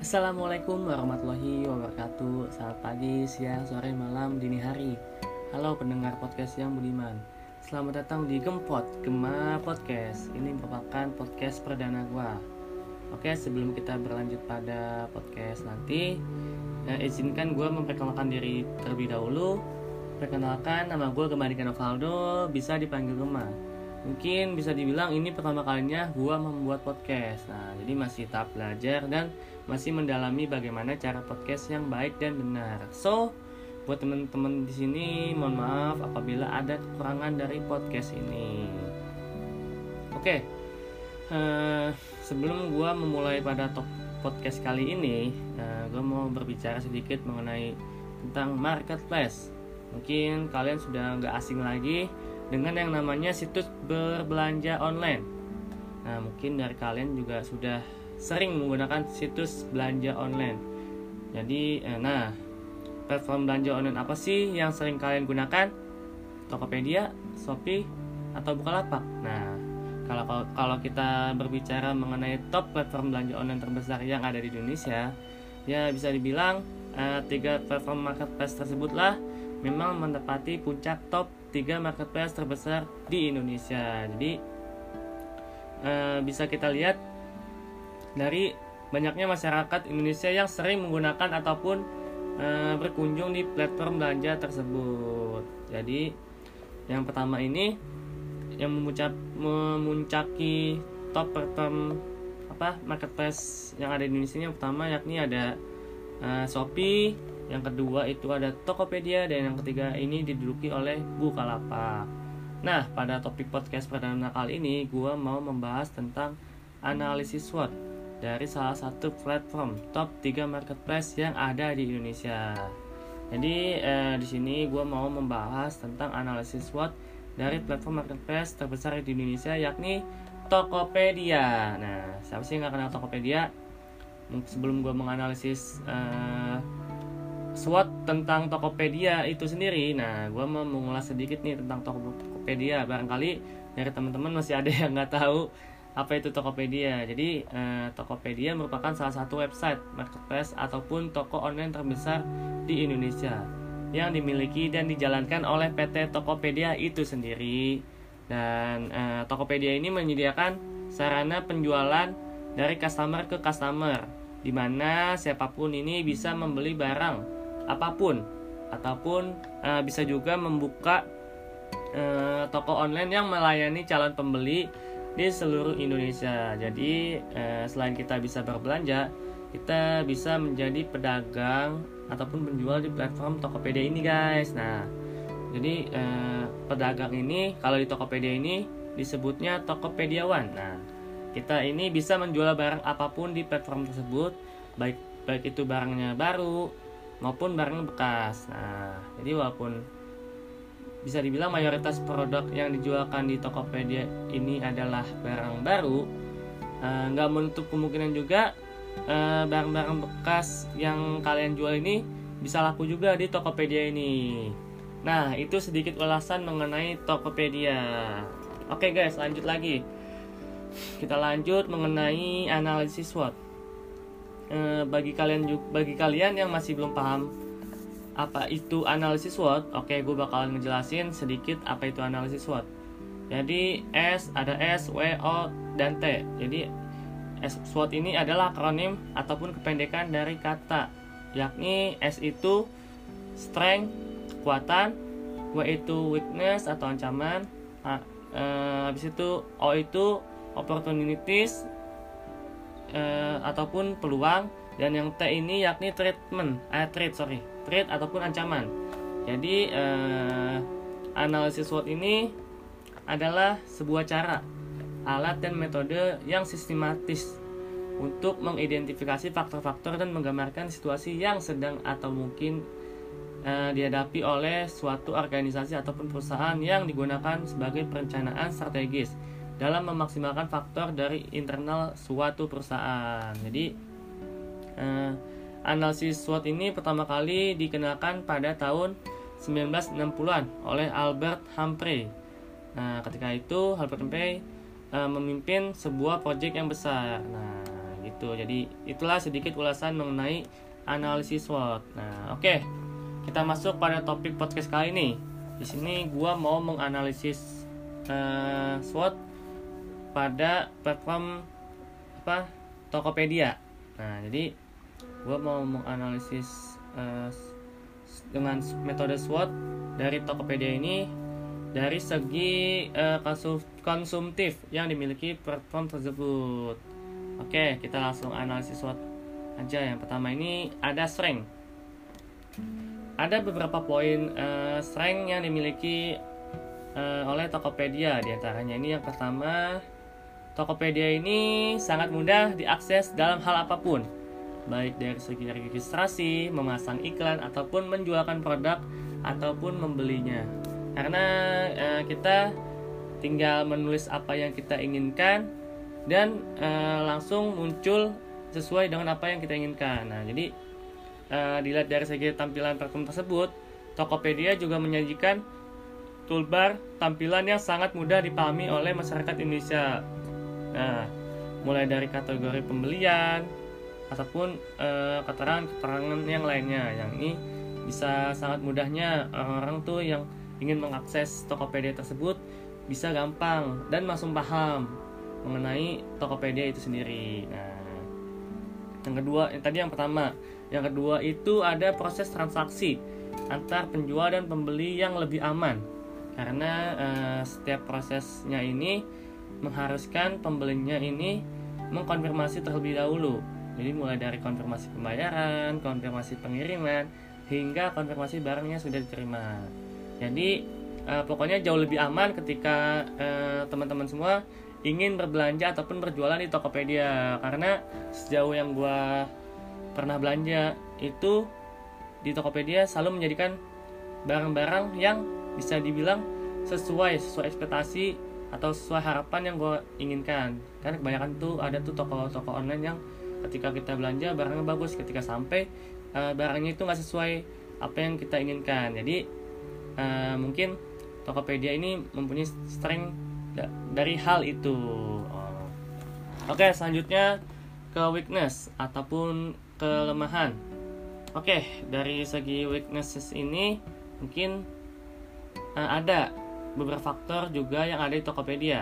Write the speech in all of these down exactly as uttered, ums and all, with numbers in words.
Assalamualaikum warahmatullahi wabarakatuh. Selamat pagi, siang, sore, malam, dini hari. Halo pendengar podcast yang budiman. Selamat datang di Gempot, Gema Podcast. Ini merupakan podcast perdana gua. Oke, sebelum kita berlanjut pada podcast nanti, eh, izinkan gua memperkenalkan diri terlebih dahulu. Perkenalkan, nama gua Gema Dika Novaldo, bisa dipanggil Gema. Mungkin bisa dibilang ini pertama kalinya gua membuat podcast. Nah, jadi masih tahap belajar dan masih mendalami bagaimana cara podcast yang baik dan benar. So, buat teman-teman di sini, mohon maaf apabila ada kekurangan dari podcast ini. Oke, uh, sebelum gue memulai pada top podcast kali ini, uh, gue mau berbicara sedikit mengenai tentang marketplace. Mungkin kalian sudah nggak asing lagi dengan yang namanya situs berbelanja online. Nah, mungkin dari kalian juga sudah sering menggunakan situs belanja online. Jadi, eh, nah, platform belanja online apa sih yang sering kalian gunakan? Tokopedia, Shopee, atau Bukalapak? Nah, kalau kalau kita berbicara mengenai top platform belanja online terbesar yang ada di Indonesia, ya bisa dibilang eh, tiga platform marketplace tersebutlah memang menempati puncak top tiga marketplace terbesar di Indonesia. Jadi, eh, bisa kita lihat dari banyaknya masyarakat Indonesia yang sering menggunakan ataupun e, berkunjung di platform belanja tersebut. Jadi yang pertama ini yang memuncak, memuncaki top platform apa marketplace yang ada di Indonesia yang pertama yakni ada e, Shopee, yang kedua itu ada Tokopedia, dan yang ketiga ini diduduki oleh Bukalapak. Nah, pada topik podcast perdana kali ini gua mau membahas tentang analisis SWOT dari salah satu platform top tiga marketplace yang ada di Indonesia. Jadi eh, di sini gue mau membahas tentang analisis SWOT dari platform marketplace terbesar di Indonesia yakni Tokopedia. Nah, siapa sih yang nggak kenal Tokopedia? Sebelum gue menganalisis eh, SWOT tentang Tokopedia itu sendiri, nah gue mau mengulas sedikit nih tentang Tokopedia. Barangkali dari teman-teman masih ada yang nggak tahu apa itu Tokopedia. Jadi eh, Tokopedia merupakan salah satu website marketplace ataupun toko online terbesar di Indonesia yang dimiliki dan dijalankan oleh P T Tokopedia itu sendiri. Dan eh, Tokopedia ini menyediakan sarana penjualan dari customer ke customer, di mana siapapun ini bisa membeli barang apapun, ataupun eh, bisa juga membuka eh, toko online yang melayani calon pembeli di seluruh Indonesia. Jadi eh, selain kita bisa berbelanja, kita bisa menjadi pedagang ataupun penjual di platform Tokopedia ini, guys. Nah, jadi eh, pedagang ini kalau di Tokopedia ini disebutnya Tokopediawan. Nah, kita ini bisa menjual barang apapun di platform tersebut, baik baik itu barangnya baru maupun barang bekas. Nah, jadi walaupun bisa dibilang mayoritas produk yang dijualkan di Tokopedia ini adalah barang baru, nggak uh, menutup kemungkinan juga uh, barang-barang bekas yang kalian jual ini bisa laku juga di Tokopedia ini. Nah, itu sedikit ulasan mengenai Tokopedia. Oke guys, lanjut lagi. Kita lanjut mengenai analisis SWOT. Uh, bagi kalian bagi kalian yang masih belum paham apa itu analisis SWOT, oke, gue bakalan ngejelasin sedikit apa itu analisis SWOT. Jadi S, ada S, W, O, dan T. Jadi SWOT ini adalah akronim ataupun kependekan dari kata, yakni S itu strength, kekuatan, W itu weakness atau ancaman, A, e, habis itu O itu opportunities e, ataupun peluang, dan yang T ini yakni treatment, eh, treat sorry, treat ataupun ancaman. Jadi eh, analisis SWOT ini adalah sebuah cara, alat dan metode yang sistematis untuk mengidentifikasi faktor-faktor dan menggambarkan situasi yang sedang atau mungkin eh, dihadapi oleh suatu organisasi ataupun perusahaan yang digunakan sebagai perencanaan strategis dalam memaksimalkan faktor dari internal suatu perusahaan. Jadi Uh, analisis SWOT ini pertama kali dikenalkan pada tahun sembilan belas enam puluhan oleh Albert Humphrey. Nah, ketika itu Albert Humphrey uh, memimpin sebuah proyek yang besar. Nah, gitu. Jadi itulah sedikit ulasan mengenai analisis SWOT. Nah, oke. Okay. Kita masuk pada topik podcast kali ini. Di sini gua mau menganalisis uh, SWOT pada platform apa? Tokopedia. Nah, jadi gua mau menganalisis uh, dengan metode SWOT dari Tokopedia ini dari segi uh, konsumtif yang dimiliki platform tersebut. Oke, kita langsung analisis SWOT aja. Yang pertama ini ada strength. Ada beberapa poin uh, strength yang dimiliki uh, oleh Tokopedia. Di antaranya ini yang pertama, Tokopedia ini sangat mudah diakses dalam hal apapun, baik dari segi registrasi, memasang iklan, ataupun menjualkan produk ataupun membelinya. Karena eh, kita tinggal menulis apa yang kita inginkan dan eh, langsung muncul sesuai dengan apa yang kita inginkan. Nah, jadi eh, dilihat dari segi tampilan platform tersebut, Tokopedia juga menyajikan toolbar tampilan yang sangat mudah dipahami oleh masyarakat Indonesia. Nah, mulai dari kategori pembelian ataupun eh, keterangan-keterangan yang lainnya, yang ini bisa sangat mudahnya orang-orang tuh yang ingin mengakses Tokopedia tersebut bisa gampang dan langsung paham mengenai Tokopedia itu sendiri. Nah, yang kedua, yang tadi yang pertama, yang kedua itu ada proses transaksi antar penjual dan pembeli yang lebih aman, karena eh, setiap prosesnya ini mengharuskan pembelinya ini mengkonfirmasi terlebih dahulu. Jadi mulai dari konfirmasi pembayaran, konfirmasi pengiriman, hingga konfirmasi barangnya sudah diterima. Jadi eh, pokoknya jauh lebih aman ketika eh, teman-teman semua ingin berbelanja ataupun berjualan di Tokopedia. Karena sejauh yang gue pernah belanja itu di Tokopedia selalu menjadikan barang-barang yang bisa dibilang sesuai sesuai ekspektasi atau sesuai harapan yang gue inginkan. Karena kebanyakan tuh ada tuh toko-toko online yang ketika kita belanja barangnya bagus, ketika sampai uh, barangnya itu nggak sesuai apa yang kita inginkan. Jadi uh, mungkin Tokopedia ini mempunyai strength da- dari hal itu. Oh. Oke, selanjutnya ke weakness ataupun kelemahan. Oke, dari segi weaknesses ini mungkin uh, ada beberapa faktor juga yang ada di Tokopedia.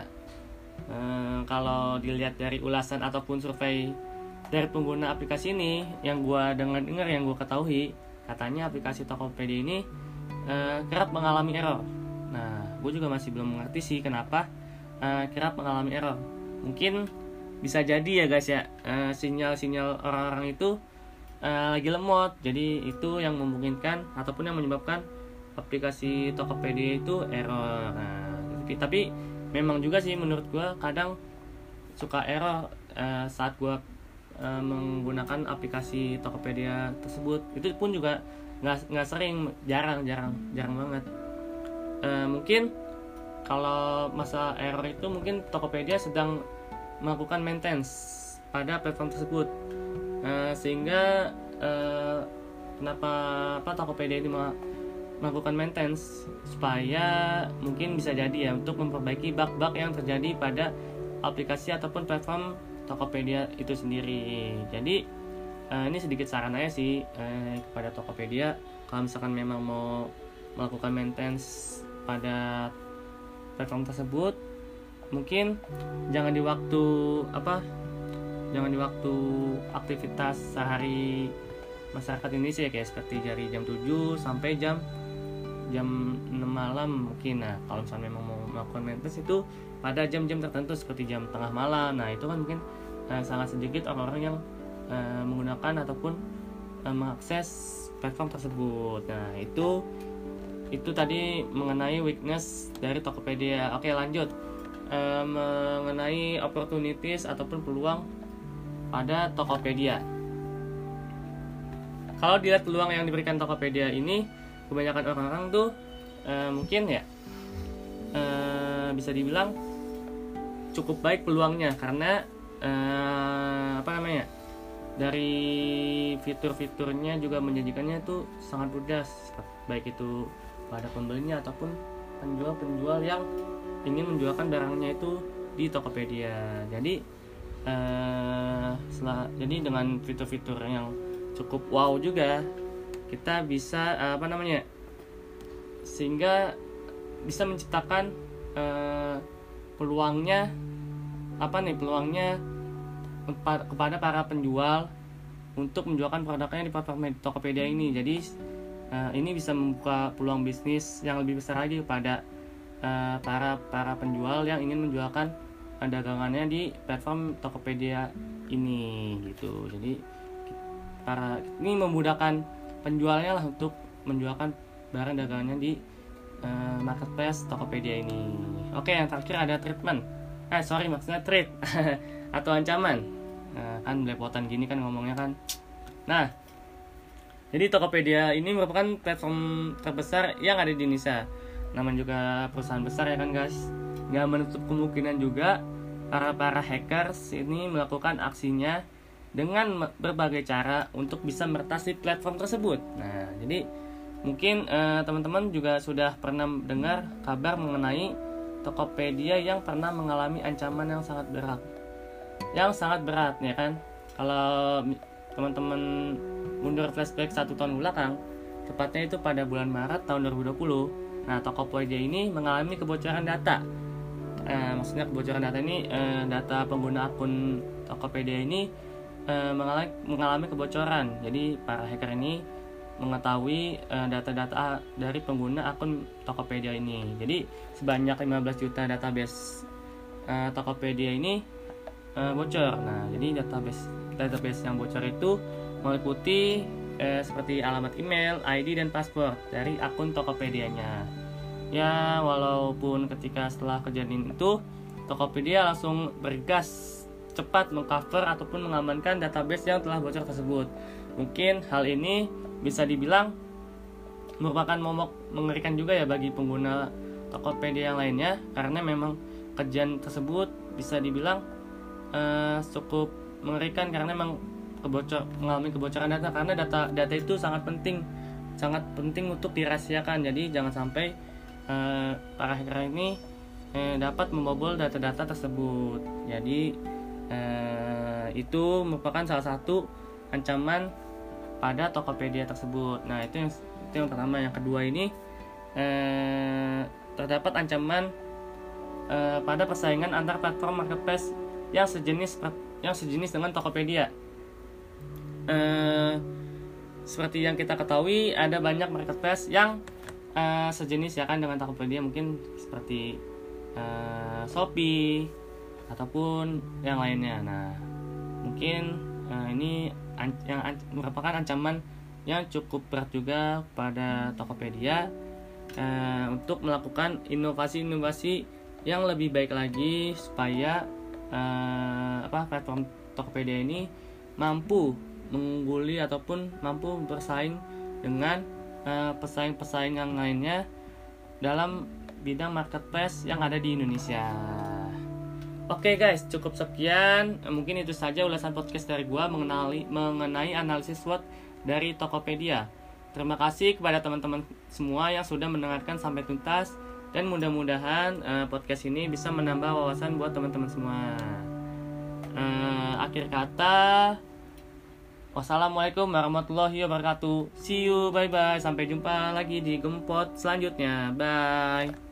Uh, kalau dilihat dari ulasan ataupun survei dari pengguna aplikasi ini, yang gue dengar-dengar, yang gue ketahui, katanya aplikasi Tokopedia ini uh, kerap mengalami error. Nah, gue juga masih belum mengerti sih kenapa uh, kerap mengalami error. Mungkin bisa jadi ya guys ya, uh, sinyal-sinyal orang-orang itu uh, lagi lemot. Jadi itu yang memungkinkan ataupun yang menyebabkan aplikasi Tokopedia itu error. Nah, tapi memang juga sih menurut gue kadang suka error uh, saat gue Uh, menggunakan aplikasi Tokopedia tersebut. Itu pun juga nggak nggak sering, jarang jarang jarang banget. Uh, mungkin kalau masa error itu mungkin Tokopedia sedang melakukan maintenance pada platform tersebut, uh, sehingga uh, kenapa apa Tokopedia ini melakukan maintenance supaya mungkin bisa jadi ya untuk memperbaiki bug-bug yang terjadi pada aplikasi ataupun platform Tokopedia itu sendiri. Jadi uh, ini sedikit saran aja sih uh, kepada Tokopedia, kalau misalkan memang mau melakukan maintenance pada platform tersebut, mungkin jangan di waktu apa jangan di waktu aktivitas sehari masyarakat Indonesia ya, kayak seperti dari jam tujuh sampai jam jam enam malam mungkin. Nah, kalau misalnya memang mau melakukan maintenance itu pada jam-jam tertentu seperti jam tengah malam. Nah, itu kan mungkin uh, sangat sedikit orang-orang yang uh, menggunakan ataupun uh, mengakses platform tersebut. Nah, itu itu tadi mengenai weakness dari Tokopedia. Oke, lanjut uh, mengenai opportunities ataupun peluang pada Tokopedia. Kalau dilihat peluang yang diberikan Tokopedia ini, kebanyakan orang-orang tuh uh, mungkin ya uh, bisa dibilang cukup baik peluangnya, karena uh, apa namanya dari fitur-fiturnya juga menjanjikannya tuh sangat mudah, baik itu pada pembelinya ataupun penjual-penjual yang ingin menjualkan barangnya itu di Tokopedia. Jadi uh, sel- jadi dengan fitur-fitur yang cukup wow juga, kita bisa uh, apa namanya sehingga bisa menciptakan uh, peluangnya apa nih peluangnya kepada para penjual untuk menjualkan produknya di platform Tokopedia ini. Jadi uh, ini bisa membuka peluang bisnis yang lebih besar lagi kepada uh, para para penjual yang ingin menjualkan uh, dagangannya di platform Tokopedia ini gitu. Jadi para ini memudahkan penjualnya lah untuk menjualkan barang dagangannya di uh, marketplace Tokopedia ini. Oke, yang terakhir ada treatment. Eh sorry maksudnya treat atau ancaman. Nah, kan belepotan gini kan ngomongnya kan. Nah, jadi Tokopedia ini merupakan platform terbesar yang ada di Indonesia. Namanya juga perusahaan besar ya kan guys. Gak menutup kemungkinan juga para para hackers ini melakukan aksinya dengan berbagai cara untuk bisa meretas di platform tersebut. Nah, jadi mungkin eh, teman-teman juga sudah pernah dengar kabar mengenai Tokopedia yang pernah mengalami ancaman yang sangat berat. Yang sangat berat ya kan. Kalau teman-teman mundur flashback satu tahun belakang, tepatnya itu pada bulan Maret tahun dua ribu dua puluh. Nah, Tokopedia ini mengalami kebocoran data. Eh, maksudnya kebocoran data ini eh, data pengguna akun Tokopedia ini eh, mengalami mengalami kebocoran. Jadi para hacker ini mengetahui eh, data-data dari pengguna akun Tokopedia ini. Jadi sebanyak lima belas juta database eh, Tokopedia ini Uh, bocor. Nah, jadi database database yang bocor itu meliputi eh, seperti alamat email, I D dan password dari akun Tokopedia-nya. Ya, walaupun ketika setelah kejadian itu Tokopedia langsung bergas cepat mengcover ataupun mengamankan database yang telah bocor tersebut. Mungkin hal ini bisa dibilang merupakan momok mengerikan juga ya bagi pengguna Tokopedia yang lainnya, karena memang kejadian tersebut bisa dibilang Uh, cukup mengerikan karena memang kebocor mengalami kebocoran data, karena data data itu sangat penting sangat penting untuk dirahasiakan. Jadi jangan sampai uh, para hacker ini uh, dapat membobol data-data tersebut. Jadi uh, itu merupakan salah satu ancaman pada Tokopedia tersebut. Nah, itu yang itu yang pertama. Yang kedua ini uh, terdapat ancaman uh, pada persaingan antar platform marketplace yang sejenis yang sejenis dengan Tokopedia. Uh, seperti yang kita ketahui, ada banyak marketplace yang uh, sejenis ya kan dengan Tokopedia, mungkin seperti uh, Shopee ataupun yang lainnya. Nah, mungkin uh, ini an- yang an- merupakan ancaman yang cukup berat juga pada Tokopedia uh, untuk melakukan inovasi-inovasi yang lebih baik lagi supaya Uh, apa platform Tokopedia ini mampu mengungguli ataupun mampu bersaing dengan uh, pesaing-pesaing yang lainnya dalam bidang marketplace yang ada di Indonesia. Oke okay guys, cukup sekian. Mungkin itu saja ulasan podcast dari gua mengenali mengenai analisis SWOT dari Tokopedia. Terima kasih kepada teman-teman semua yang sudah mendengarkan sampai tuntas. Dan mudah-mudahan uh, podcast ini bisa menambah wawasan buat teman-teman semua. Uh, akhir kata, wassalamualaikum warahmatullahi wabarakatuh. See you, bye-bye. Sampai jumpa lagi di Gempot selanjutnya. Bye.